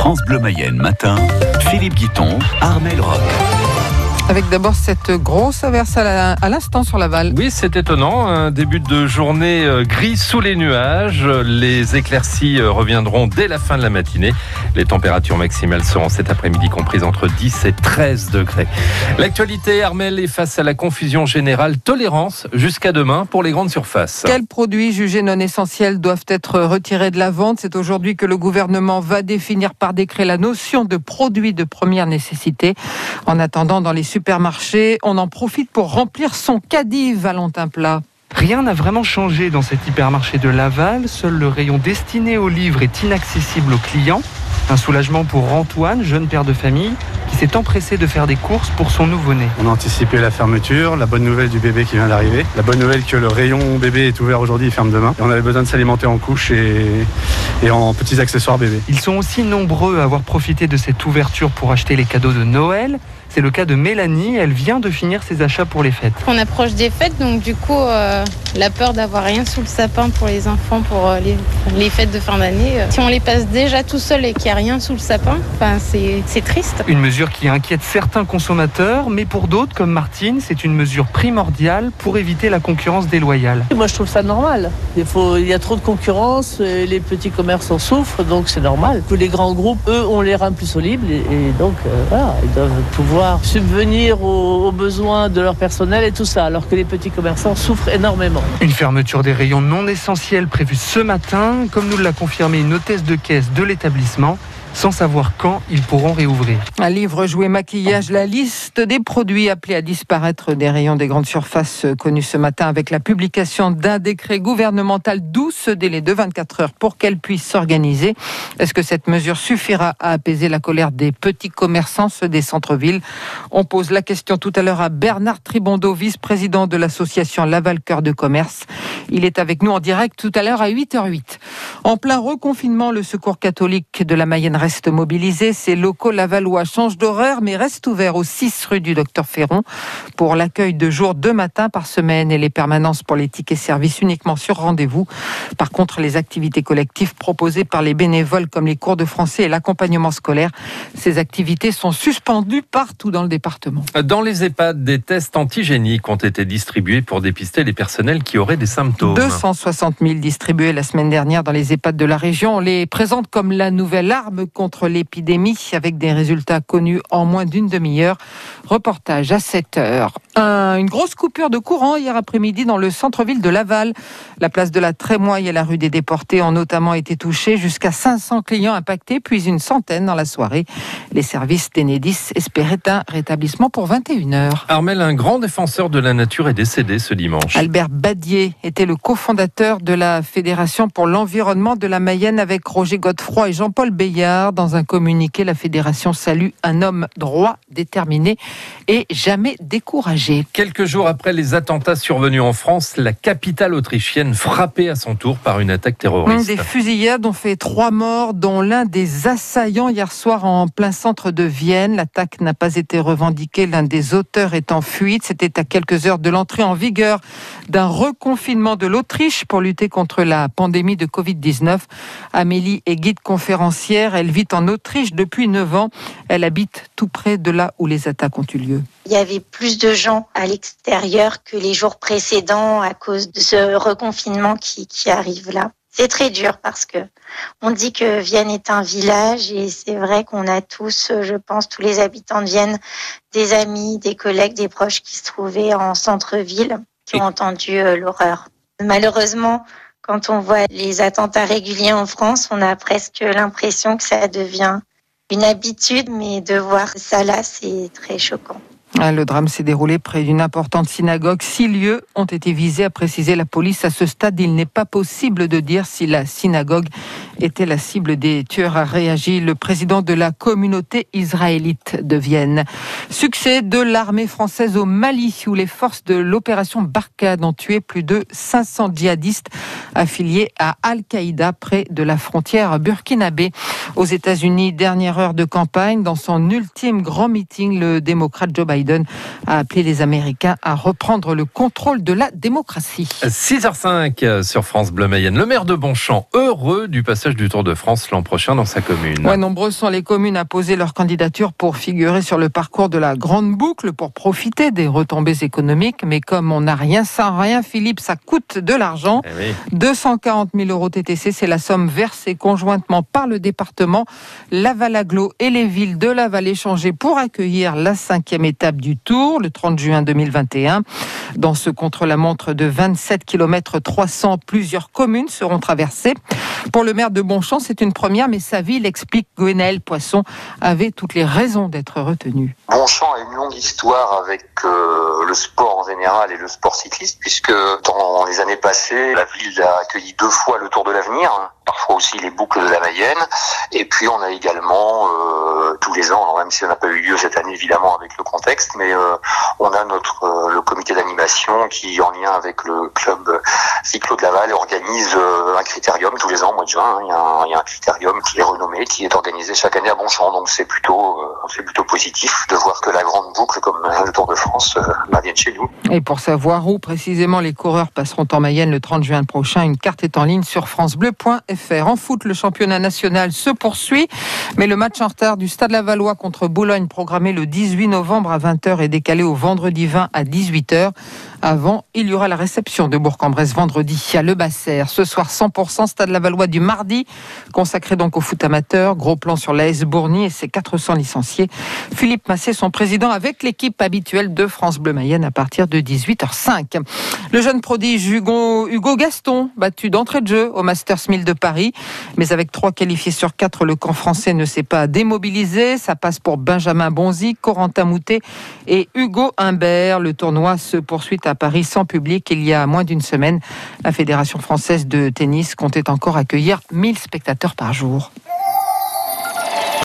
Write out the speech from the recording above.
France Bleu Mayenne matin, Philippe Guiton, Armel Rock. Avec d'abord cette grosse averse à l'instant sur Laval. Oui, c'est étonnant. Un début de journée gris sous les nuages. Les éclaircies reviendront dès la fin de la matinée. Les températures maximales seront cet après-midi comprises entre 10 et 13 degrés. L'actualité, Armel, est face à la confusion générale. Tolérance jusqu'à demain pour les grandes surfaces. Quels produits jugés non essentiels doivent être retirés de la vente ? C'est aujourd'hui que le gouvernement va définir par décret la notion de produits de première nécessité. En attendant, dans les supermarché, on en profite pour remplir son caddie, Valentin Plat. Rien n'a vraiment changé dans cet hypermarché de Laval. Seul le rayon destiné aux livres est inaccessible aux clients. Un soulagement pour Antoine, jeune père de famille, qui s'est empressé de faire des courses pour son nouveau-né. On a anticipé la fermeture, la bonne nouvelle du bébé qui vient d'arriver, la bonne nouvelle que le rayon bébé est ouvert aujourd'hui et ferme demain. Et on avait besoin de s'alimenter en couches et en petits accessoires bébés. Ils sont aussi nombreux à avoir profité de cette ouverture pour acheter les cadeaux de Noël. C'est le cas de Mélanie, elle vient de finir ses achats pour les fêtes. On approche des fêtes, donc du coup, la peur d'avoir rien sous le sapin pour les enfants pour les fêtes de fin d'année. Si on les passe déjà tout seul et qu'il n'y a rien sous le sapin, c'est triste. Une mesure qui inquiète certains consommateurs, mais pour d'autres, comme Martine, c'est une mesure primordiale pour éviter la concurrence déloyale. Moi, je trouve ça normal. Il y a trop de concurrence, les petits commerces en souffrent, donc c'est normal. Que les grands groupes, eux, ont les reins plus solides et donc, voilà, ils doivent pouvoir subvenir aux besoins de leur personnel et tout ça, alors que les petits commerçants souffrent énormément. Une fermeture des rayons non essentiels prévue ce matin, comme nous l'a confirmé une hôtesse de caisse de l'établissement, sans savoir quand ils pourront réouvrir. Un livre, jouet, maquillage, la liste des produits appelés à disparaître des rayons des grandes surfaces connus ce matin avec la publication d'un décret gouvernemental, d'où ce délai de 24 heures pour qu'elles puissent s'organiser. Est-ce que cette mesure suffira à apaiser la colère des petits commerçants, ceux des centres-villes ? On pose la question tout à l'heure à Bernard Tribondo, vice-président de l'association Laval Cœur de Commerce. Il est avec nous en direct tout à l'heure à 8h08. En plein reconfinement, le Secours catholique de la Mayenne reste mobilisé. Ses locaux lavallois changent d'horaire, mais restent ouverts au 6 rue du Docteur Ferron pour l'accueil de jour 2 matins par semaine et les permanences pour les tickets services uniquement sur rendez-vous. Par contre, les activités collectives proposées par les bénévoles comme les cours de français et l'accompagnement scolaire, ces activités sont suspendues partout dans le département. Dans les EHPAD, des tests antigéniques ont été distribués pour dépister les personnels qui auraient des symptômes. 260 000 distribués la semaine dernière dans les EHPAD de la région. On les présente comme la nouvelle arme contre l'épidémie avec des résultats connus en moins d'une demi-heure. Reportage à 7h. Une grosse coupure de courant hier après-midi dans le centre-ville de Laval. La place de la Trémoille et la rue des Déportés ont notamment été touchées. Jusqu'à 500 clients impactés, puis une centaine dans la soirée. Les services d'Enedis espéraient un rétablissement pour 21h. Armel, un grand défenseur de la nature, est décédé ce dimanche. Albert Badier était le cofondateur de la Fédération pour l'environnement de la Mayenne avec Roger Godefroy et Jean-Paul Bayard. Dans un communiqué, la Fédération salue un homme droit, déterminé et jamais découragé. Quelques jours après les attentats survenus en France, la capitale autrichienne frappée à son tour par une attaque terroriste. Des fusillades ont fait 3 morts, dont l'un des assaillants hier soir en plein centre de Vienne. L'attaque n'a pas été revendiquée, l'un des auteurs est en fuite. C'était à quelques heures de l'entrée en vigueur d'un reconfinement de l'Autriche pour lutter contre la pandémie de Covid-19. Amélie est guide conférencière, elle vit en Autriche depuis 9 ans. Elle habite tout près de là où les attaques ont eu lieu. Il y avait plus de gens à l'extérieur que les jours précédents à cause de ce reconfinement qui arrive là. C'est très dur parce que on dit que Vienne est un village et c'est vrai qu'on a tous, je pense, tous les habitants de Vienne, des amis, des collègues, des proches qui se trouvaient en centre-ville, qui ont entendu l'horreur. Malheureusement, quand on voit les attentats réguliers en France, on a presque l'impression que ça devient une habitude, mais de voir ça là, c'est très choquant. Le drame s'est déroulé près d'une importante synagogue. 6 lieux ont été visés, a précisé la police. À ce stade, il n'est pas possible de dire si la synagogue était la cible des tueurs, a réagi le président de la communauté israélite de Vienne. Succès de l'armée française au Mali, où les forces de l'opération Barkhane ont tué plus de 500 djihadistes affiliés à Al-Qaïda près de la frontière burkinabé. Aux États-Unis, dernière heure de campagne, dans son ultime grand meeting, le démocrate Joe Biden a appelé les Américains à reprendre le contrôle de la démocratie. 6h05 sur France Bleu Mayenne. Le maire de Bonchamp, heureux du passage vernissage du Tour de France l'an prochain dans sa commune. Ouais, nombreuses sont les communes à poser leur candidature pour figurer sur le parcours de la Grande Boucle pour profiter des retombées économiques. Mais comme on n'a rien sans rien, Philippe, ça coûte de l'argent. 240 000 € TTC, c'est la somme versée conjointement par le département, Laval-Agglo et les villes de la vallée changées pour accueillir la 5e étape du Tour, le 30 juin 2021. Dans ce contre-la-montre de 27 km 300, plusieurs communes seront traversées. Pour le maire de Bonchamp, c'est une première, mais sa ville, explique Gwenaël Poisson, avait toutes les raisons d'être retenue. Bonchamp a une longue histoire avec le sport en général et le sport cycliste, puisque dans les années passées, la ville a accueilli 2 fois le Tour de l'Avenir, parfois aussi les boucles de la Mayenne, et puis on a également tous les ans, alors même si ça n'a pas eu lieu cette année évidemment avec le contexte, mais on a le comité d'animation qui, en lien avec le club cyclo de Laval, organise un critérium tous les ans au mois de juin. Il y a un critérium qui est renommé, qui est organisé chaque année à Bonchamp, donc c'est plutôt positif de voir que la grande boucle comme le Tour de France vienne chez nous. Et pour savoir où précisément les coureurs passeront en Mayenne le 30 juin prochain, une carte est en ligne sur francebleu.fr. En foot, le championnat national se poursuit, mais le match en retard du Stade Lavallois contre Boulogne, programmé le 18 novembre à 20h, est décalé au vendredi 20 à 18h. Avant, il y aura la réception de Bourg-en-Bresse vendredi à Le Basser. Ce soir, 100% Stade Lavallois du mardi, consacré donc au foot amateur. Gros plan sur l'AS Bourgny et ses 400 licenciés. Philippe Massé, son président, avec l'équipe habituelle de France Bleu Mayenne à partir de 18h05. Le jeune prodige Hugo Gaston, battu d'entrée de jeu au Masters 1000 de Paris. Mais avec 3 qualifiés sur 4, le camp français ne s'est pas démobilisé. Ça passe pour Benjamin Bonzi, Corentin Moutet et Hugo Humbert. Le tournoi se poursuit à Paris sans public. Il y a moins d'une semaine, la Fédération française de tennis comptait encore accueillir 1000 spectateurs par jour.